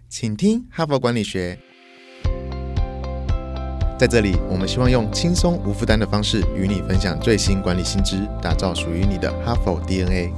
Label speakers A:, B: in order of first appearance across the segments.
A: 请听哈佛管理学。在这里，我们希望用轻松无负担的方式与你分享最新管理新知，打造属于你的哈佛 DNA。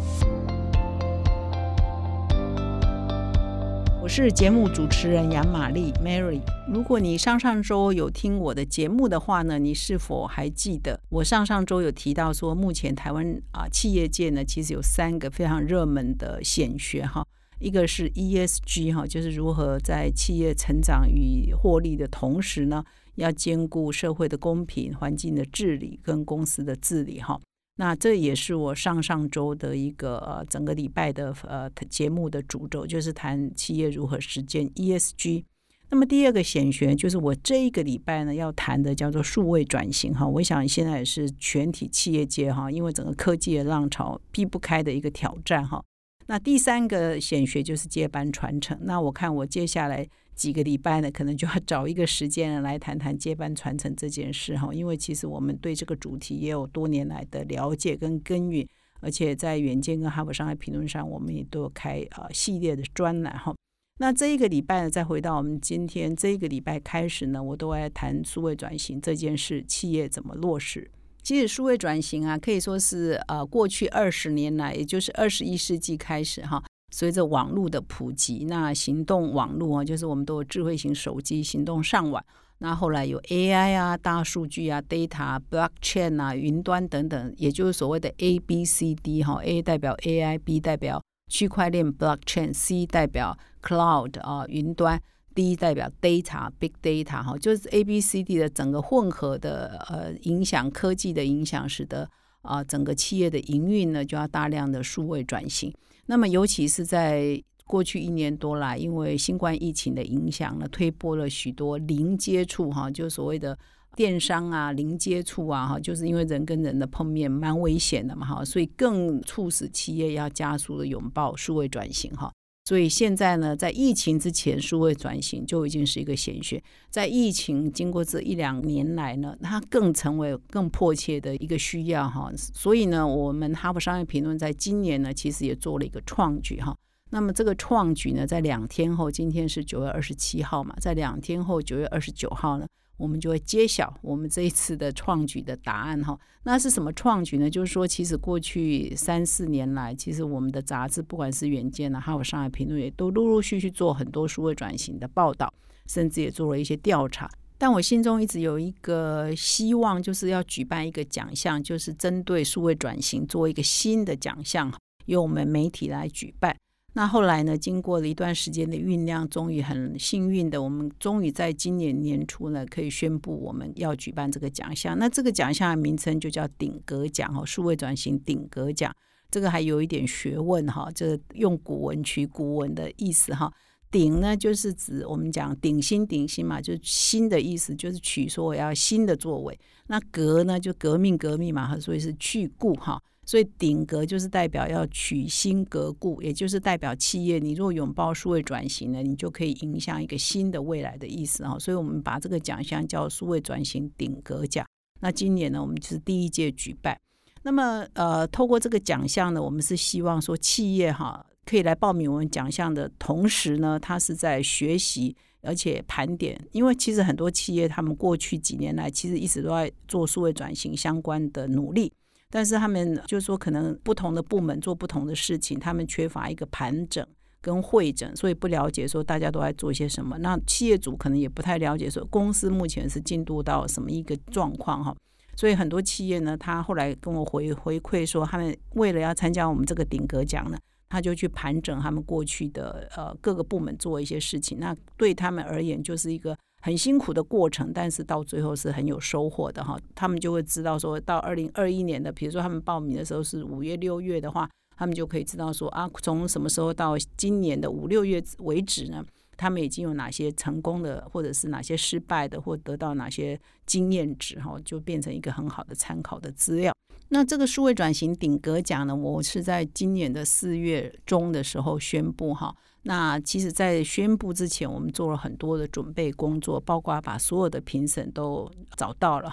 B: 我是节目主持人杨玛丽 Mary。如果你上周有听我的节目的话呢，你是否还记得我上周有提到说，目前台湾企业界呢，其实有3个非常热门的显学哈。一个是 ESG 哈，就是如何在企业成长与获利的同时呢，要兼顾社会的公平、环境的治理跟公司的治理哈。那这也是我上周的一个整个礼拜的节目的主轴，就是谈企业如何实践 ESG。那么第二个显学就是我这一个礼拜呢要谈的叫做数位转型哈。我想现在也是全体企业界哈，因为整个科技的浪潮避不开的一个挑战哈。那第3个显学就是接班传承。那我看我接下来几个礼拜呢，可能就要找一个时间来谈谈接班传承这件事哈，因为其实我们对这个主题也有多年来的了解跟耕耘，而且在远见跟哈佛商业评论上，我们也都有开系列的专栏哈。那这一个礼拜呢，再回到我们今天这一个礼拜开始呢，我都来谈数位转型这件事，企业怎么落实。其实数位转型可以说是过去20年来，也就是21世纪开始哈，随着网络的普及，那行动网络就是我们都有智慧型手机，行动上网。那后来有 AI 大数据Data、Blockchain 云端等等，也就是所谓的 ABCD 哈 ，A 代表 AI，B 代表区块链 Blockchain，C 代表 Cloud 云端。D 代表 Data、Big Data 哈，就是 ABCD 的整个混合的影响，科技的影响，使得整个企业的营运呢就要大量的数位转型。那么尤其是在过去1年多来，因为新冠疫情的影响呢，推波了许多零接触哈，就是所谓的电商零接触哈，就是因为人跟人的碰面蛮危险的嘛哈，所以更促使企业要加速的拥抱数位转型哈。所以现在呢，在疫情之前，数位转型就已经是一个显学。在疫情经过这1-2年来呢，它更成为更迫切的一个需要哈。所以呢，我们哈佛商业评论在今年呢，其实也做了一个创举哈。那么这个创举呢，在2天后，今天是9月27号嘛，在2天后9月29号呢，我们就会揭晓我们这一次的创举的答案哈。那是什么创举呢？就是说，其实过去3-4年来，其实我们的杂志，不管是远见哈佛商业评论，也都陆陆续续做很多数位转型的报道，甚至也做了一些调查。但我心中一直有一个希望，就是要举办一个奖项，就是针对数位转型做一个新的奖项，由我们媒体来举办。那后来呢，经过了一段时间的酝酿，终于很幸运的，我们终于在今年年初呢，可以宣布我们要举办这个奖项。那这个奖项的名称就叫顶格奖数位转型顶格奖。这个还有一点学问哈，这用古文取古文的意思哈。顶呢，就是指我们讲顶新嘛，就是新的意思，就是取说我要新的作为。那革呢，就革命嘛，所以是去故哈。所以顶革就是代表要取新革故，也就是代表企业你若拥抱数位转型呢，你就可以影响一个新的未来的意思。所以我们把这个奖项叫数位转型顶革奖。那今年呢，我们就是第1届举办。那么透过这个奖项呢，我们是希望说企业可以来报名我们奖项的同时呢，它是在学习而且盘点，因为其实很多企业他们过去几年来其实一直都在做数位转型相关的努力，但是他们就是说可能不同的部门做不同的事情，他们缺乏一个盘整跟会诊，所以不了解说大家都在做些什么。那企业主可能也不太了解说公司目前是进度到什么一个状况哈。所以很多企业呢，他后来跟我回馈说，他们为了要参加我们这个顶格奖呢，他就去盘整他们过去的各个部门做一些事情。那对他们而言就是一个很辛苦的过程，但是到最后是很有收获的哈。他们就会知道说，到2021年的，比如说他们报名的时候是5月、6月的话，他们就可以知道说从什么时候到今年的5、6月为止呢，他们已经有哪些成功的，或者是哪些失败的，或得到哪些经验值就变成一个很好的参考的资料。那这个数位转型顶格奖呢，我是在今年的4月中的时候宣布哈。那其实在宣布之前，我们做了很多的准备工作，包括把所有的评审都找到了哈。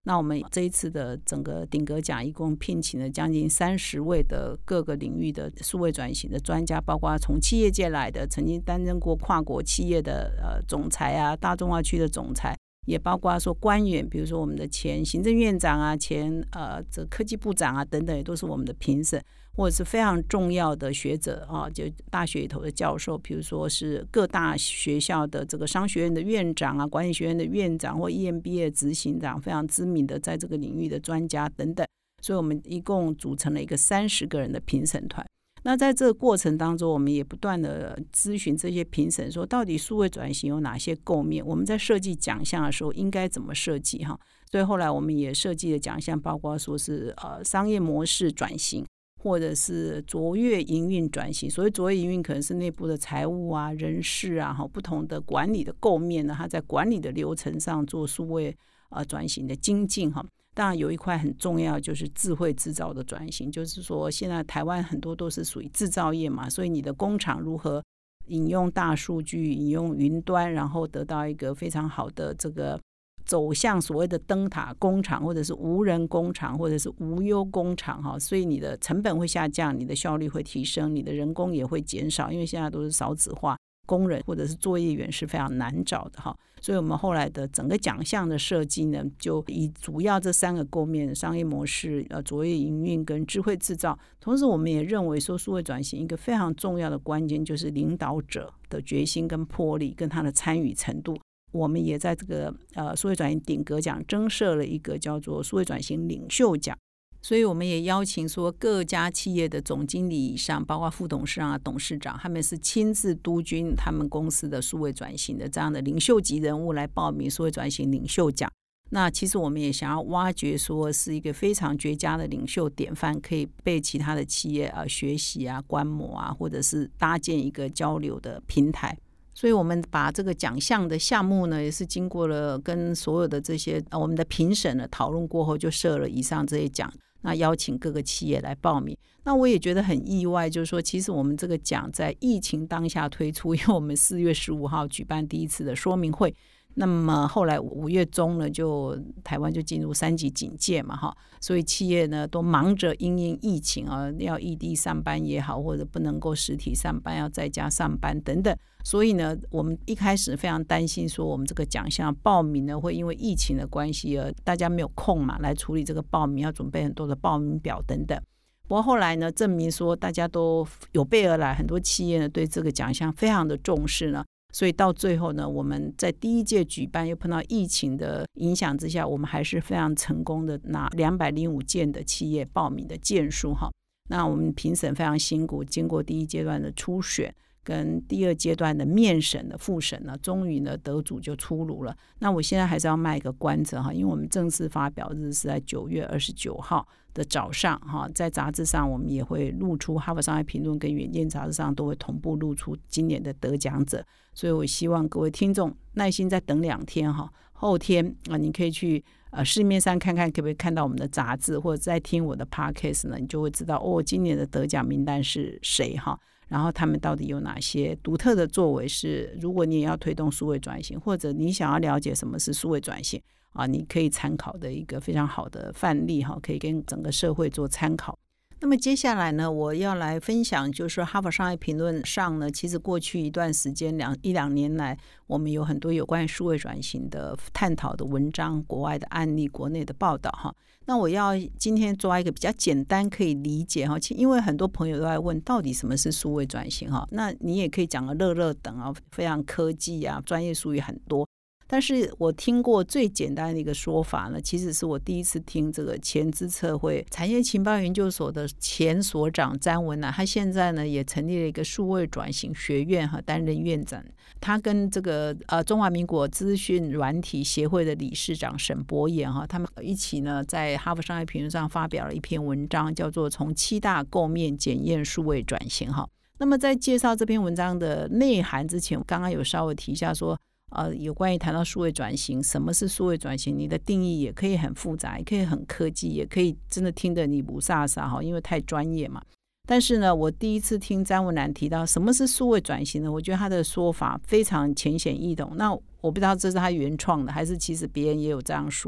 B: 那我们这一次的整个鼎格奖一共聘请了将近30位的各个领域的数位转型的专家，包括从企业界来的，曾经担任过跨国企业的总裁啊，大中华区的总裁，也包括说官员，比如说我们的前行政院长啊，前这科技部长啊等等，也都是我们的评审，或者是非常重要的学者啊，就大学里头的教授，比如说是各大学校的这个商学院的院长啊，管理学院的院长或 EMBA 的执行长，非常知名的在这个领域的专家等等，所以我们一共组成了一个30个人的评审团。那在这个过程当中，我们也不断的咨询这些评审说，到底数位转型有哪些构面，我们在设计奖项的时候应该怎么设计哈。所以后来我们也设计的奖项包括说是商业模式转型，或者是卓越营运转型。所谓卓越营运可能是内部的财务啊、人事啊，不同的管理的构面呢，它在管理的流程上做数位转型的精进哈。当然有一块很重要，就是智慧制造的转型，就是说现在台湾很多都是属于制造业嘛，所以你的工厂如何引用大数据、引用云端，然后得到一个非常好的这个走向所谓的灯塔工厂，或者是无人工厂，或者是无忧工厂哈，所以你的成本会下降，你的效率会提升，你的人工也会减少，因为现在都是少子化，工人或者是作业员是非常难找的哈。所以我们后来的整个奖项的设计呢，就以主要这3个构面，商业模式、卓越营运跟智慧制造。同时我们也认为说，数位转型一个非常重要的关键就是领导者的决心跟魄力跟他的参与程度。我们也在这个数位转型鼎格奖增设了一个叫做数位转型领袖奖，所以我们也邀请说各家企业的总经理以上，包括副董事长、董事长，他们是亲自督军他们公司的数位转型的这样的领袖级人物来报名数位转型领袖奖。那其实我们也想要挖掘说是一个非常绝佳的领袖典范，可以被其他的企业学习啊、观摩啊，或者是搭建一个交流的平台。所以我们把这个奖项的项目呢，也是经过了跟所有的这些我们的评审的讨论过后，就设了以上这些奖，那邀请各个企业来报名。那我也觉得很意外，就是说其实我们这个奖在疫情当下推出，因为我们4月15号举办第一次的说明会，那么后来5月中呢，就台湾就进入3级警戒嘛哈，所以企业呢都忙着因应疫情啊，要异地上班也好，或者不能够实体上班，要在家上班等等。所以呢，我们一开始非常担心说，我们这个奖项报名呢会因为疫情的关系而大家没有空嘛来处理这个报名，要准备很多的报名表等等。不过后来呢，证明说大家都有备而来，很多企业呢对这个奖项非常的重视呢。所以到最后呢，我们在第一届举办又碰到疫情的影响之下，我们还是非常成功的拿205件的企业报名的件数哈。那我们评审非常辛苦，经过第一阶段的初选跟第2阶段的面审的复审呢，终于呢得主就出炉了。那我现在还是要卖一个关子哈，因为我们正式发表日是在9月29号的早上哈，在杂志上我们也会露出，哈佛商业评论跟远见杂志上都会同步露出今年的得奖者。所以我希望各位听众耐心再等2天哈，后天你可以去市面上看看可不可以看到我们的杂志，或者再听我的 podcast 呢，你就会知道今年的得奖名单是谁哈，然后他们到底有哪些独特的作为，是如果你也要推动数位转型，或者你想要了解什么是数位转型你可以参考的一个非常好的范例哈，可以跟整个社会做参考。那么接下来呢，我要来分享就是哈佛商业评论上呢，其实过去一段时间一两年来，我们有很多有关于数位转型的探讨的文章，国外的案例，国内的报道哈。那我要今天抓一个比较简单可以理解哈，因为很多朋友都在问到底什么是数位转型哈，那你也可以讲个热等非常科技专业术语很多。但是我听过最简单的一个说法呢，其实是我第一次听这个前资策会产业情报研究所的前所长詹文他现在呢也成立了一个数位转型学院担任院长。他跟这个中华民国资讯软体协会的理事长沈博言他们一起呢在哈佛商业评论上发表了一篇文章，叫做从7大构面检验数位转型那么在介绍这篇文章的内涵之前，我刚刚有稍微提一下说有关于谈到数位转型，什么是数位转型，你的定义也可以很复杂，也可以很科技，也可以真的听得你不飒飒因为太专业嘛。但是呢，我第一次听詹文兰提到什么是数位转型呢，我觉得他的说法非常浅显易懂。那我不知道这是他原创的，还是其实别人也有这样说。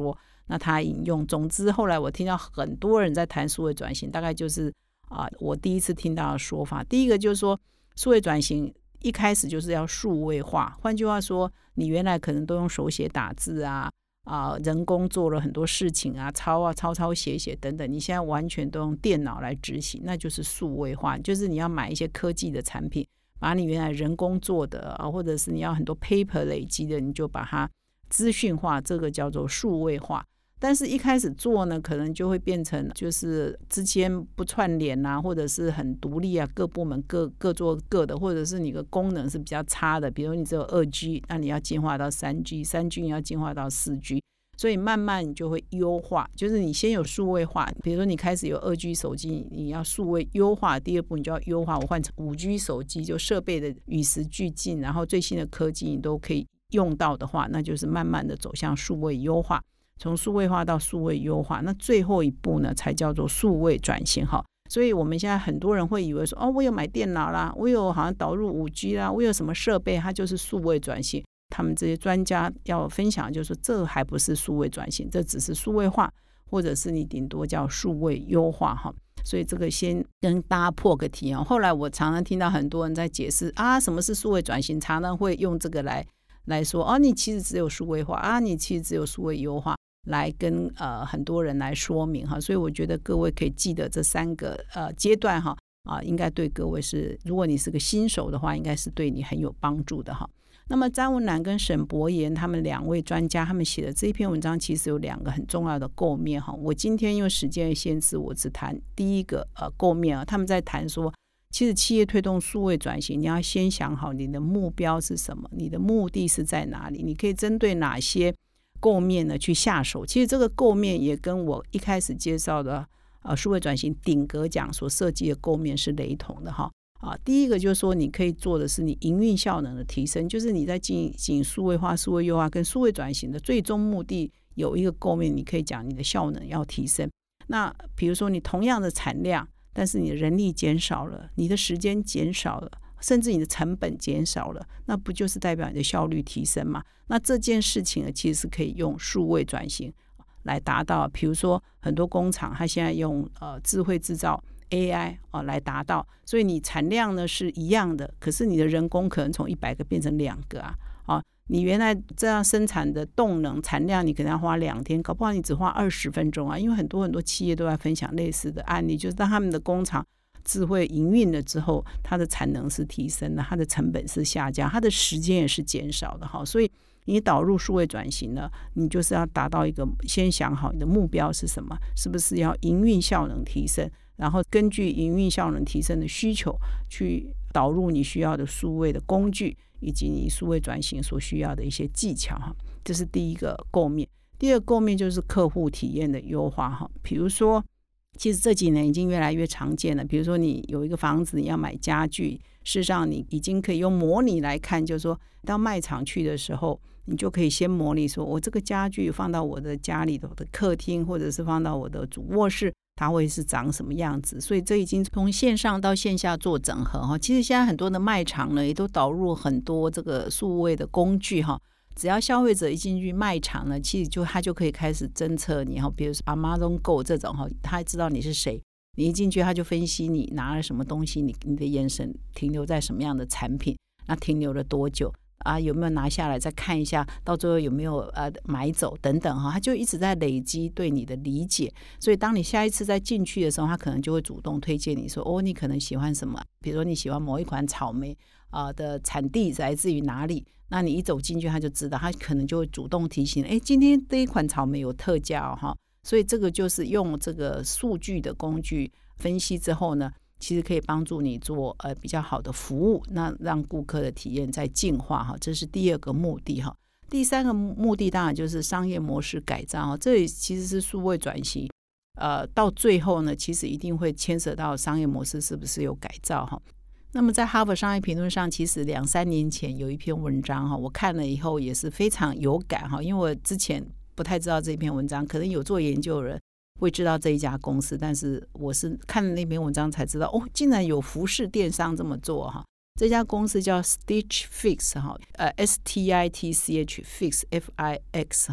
B: 那他引用。总之后来我听到很多人在谈数位转型，大概就是我第一次听到的说法。第一个就是说数位转型一开始就是要数位化，换句话说，你原来可能都用手写打字人工做了很多事情抄写等等，你现在完全都用电脑来执行，那就是数位化。就是你要买一些科技的产品，把你原来人工做的或者是你要很多 paper 累积的，你就把它资讯化，这个叫做数位化。但是一开始做呢，可能就会变成就是之间不串联或者是很独立各部门各做各的，或者是你的功能是比较差的，比如你只有 2G， 那你要进化到 3G 你要进化到 4G， 所以慢慢你就会优化，就是你先有数位化，比如说你开始有 2G 手机，你要数位优化，第二步你就要优化，我换成 5G 手机，就设备的与时俱进，然后最新的科技你都可以用到的话，那就是慢慢的走向数位优化，从数位化到数位优化，那最后一步呢才叫做数位转型。所以我们现在很多人会以为说我有买电脑啦，我有好像导入 5G 啦，我有什么设备，它就是数位转型。他们这些专家要分享就是说，这还不是数位转型，这只是数位化，或者是你顶多叫数位优化。所以这个先跟大家破个题。后来我常常听到很多人在解释什么是数位转型，常常会用这个来说你其实只有数位化你其实只有数位优化，来跟很多人来说明所以我觉得各位可以记得这3个阶段应该对各位是，如果你是个新手的话，应该是对你很有帮助的那么詹文男跟沈伯言他们2位专家，他们写的这一篇文章其实有2个很重要的构面我今天因为时间的限制，我只谈第一个构面他们在谈说，其实企业推动数位转型，你要先想好你的目标是什么，你的目的是在哪里，你可以针对哪些构面呢去下手。其实这个构面也跟我一开始介绍的数位转型顶格奖所设计的构面是雷同的第一个就是说，你可以做的是你营运效能的提升，就是你在进行数位化、数位优化跟数位转型的最终目的有一个构面，你可以讲你的效能要提升。那比如说你同样的产量，但是你的人力减少了，你的时间减少了，甚至你的成本减少了，那不就是代表你的效率提升吗？那这件事情呢，其实是可以用数位转型来达到。比如说很多工厂它现在用智慧制造AI 来达到，所以你产量呢是一样的，可是你的人工可能从100个变成2个你原来这样生产的动能产量你可能要花2天，搞不好你只花20分钟因为很多企业都在分享类似的案例，就是当他们的工厂智慧营运了之后，它的产能是提升的，它的成本是下降，它的时间也是减少的所以你导入数位转型呢，你就是要达到一个，先想好你的目标是什么，是不是要营运效能提升，然后根据营运效能提升的需求去导入你需要的数位的工具，以及你数位转型所需要的一些技巧这是第一个构面。第二个构面就是客户体验的优化比如说其实这几年已经越来越常见了，比如说你有一个房子，你要买家具，事实上你已经可以用模拟来看，就是说到卖场去的时候，你就可以先模拟说，我这个家具放到我的家里头的客厅，或者是放到我的主卧室，它会是长什么样子。所以这已经从线上到线下做整合其实现在很多的卖场呢，也都导入很多这个数位的工具只要消费者一进去卖场呢，其实他就可以开始侦测你比如说 Amazon Go 这种他知道你是谁，你一进去他就分析你拿了什么东西，你的眼神停留在什么样的产品，那停留了多久有没有拿下来再看一下，到最后有没有买走等等他就一直在累积对你的理解。所以当你下一次再进去的时候，他可能就会主动推荐你说你可能喜欢什么，比如说你喜欢某一款草莓的产地来自于哪里，那你一走进去他就知道，他可能就会主动提醒今天这一款草莓有特价所以这个就是用这个数据的工具分析之后呢，其实可以帮助你做比较好的服务，那让顾客的体验在进化这是第二个目的第三个目的当然就是商业模式改造这里其实是数位转型到最后呢，其实一定会牵涉到商业模式是不是有改造那么在哈佛商业评论上，其实2-3年前有一篇文章我看了以后也是非常有感因为我之前不太知道这篇文章，可能有做研究的人会知道这一家公司，但是我是看了那篇文章才知道竟然有服饰电商这么做这家公司叫 Stitch Fix STITCH Fix FIX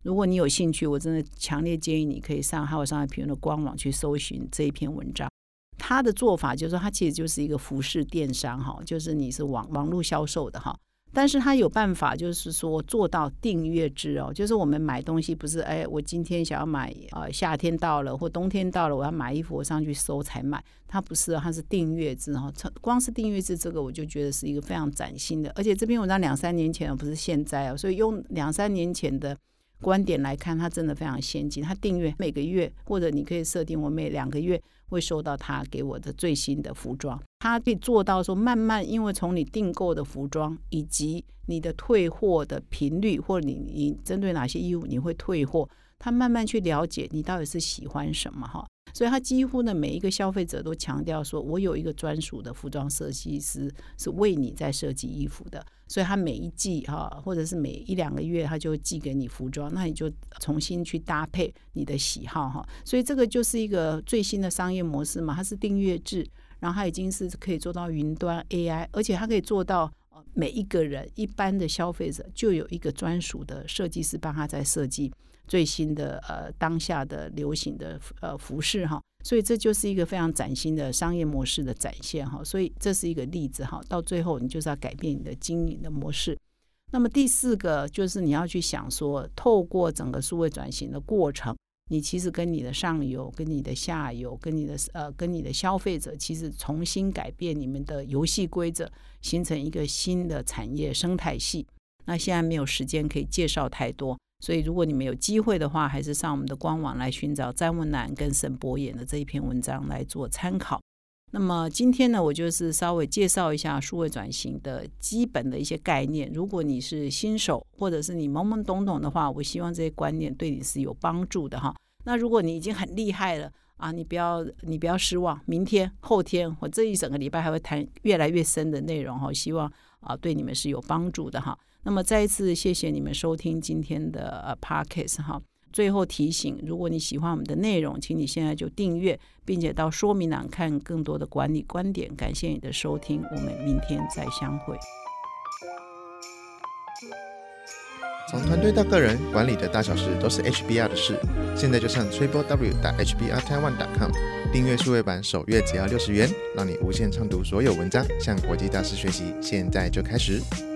B: 如果你有兴趣，我真的强烈建议你可以上哈佛商业评论的官网去搜寻这一篇文章。他的做法就是说，他其实就是一个服饰电商哈，就是你是网络销售的哈。但是他有办法，就是说做到订阅制哦，就是我们买东西不是我今天想要买夏天到了或冬天到了，我要买衣服，我上去搜才买。它不是，它是订阅制哈。光是订阅制这个，我就觉得是一个非常崭新的，而且这篇文章2-3年前不是现在哦，所以用2-3年前的观点来看，它真的非常先进。它订阅每个月，或者你可以设定我每2个月会收到他给我的最新的服装。它可以做到说慢慢，因为从你订购的服装以及你的退货的频率，或者你针对哪些衣服你会退货，它慢慢去了解你到底是喜欢什么哈。所以他几乎呢每一个消费者都强调说，我有一个专属的服装设计师是为你在设计衣服的，所以他每一季或者是每1-2个月他就寄给你服装，那你就重新去搭配你的喜好哈。所以这个就是一个最新的商业模式嘛，它是订阅制，然后它已经是可以做到云端 AI， 而且它可以做到每一个人一般的消费者就有一个专属的设计师帮他在设计最新的当下的流行的服饰哈。所以这就是一个非常崭新的商业模式的展现哈。所以这是一个例子哈，到最后你就是要改变你的经营的模式。那么第4个就是你要去想说，透过整个数位转型的过程，你其实跟你的上游、跟你的下游、跟你的消费者，其实重新改变你们的游戏规则，形成一个新的产业生态系。那现在没有时间可以介绍太多，所以如果你们有机会的话，还是上我们的官网来寻找詹文男跟沈博衍的这一篇文章来做参考。那么今天呢，我就是稍微介绍一下数位转型的基本的一些概念。如果你是新手，或者是你懵懵懂懂的话，我希望这些观念对你是有帮助的哈。那如果你已经很厉害了你不要失望，明天、后天或这一整个礼拜还会谈越来越深的内容哈，希望对你们是有帮助的哈。那么再一次谢谢你们收听今天的Podcast 哈。最后提醒，如果你喜欢我们的内容，请你现在就订阅，并且到说明栏看更多的管理观点。感谢你的收听，我们明天再相会。
A: 从团队到个人，管理的大小事都是 HBR 的事。现在就上 www.hbrtaiwan.com 订阅数位版，首月只要60元，让你无限畅读所有文章，向国际大师学习。现在就开始。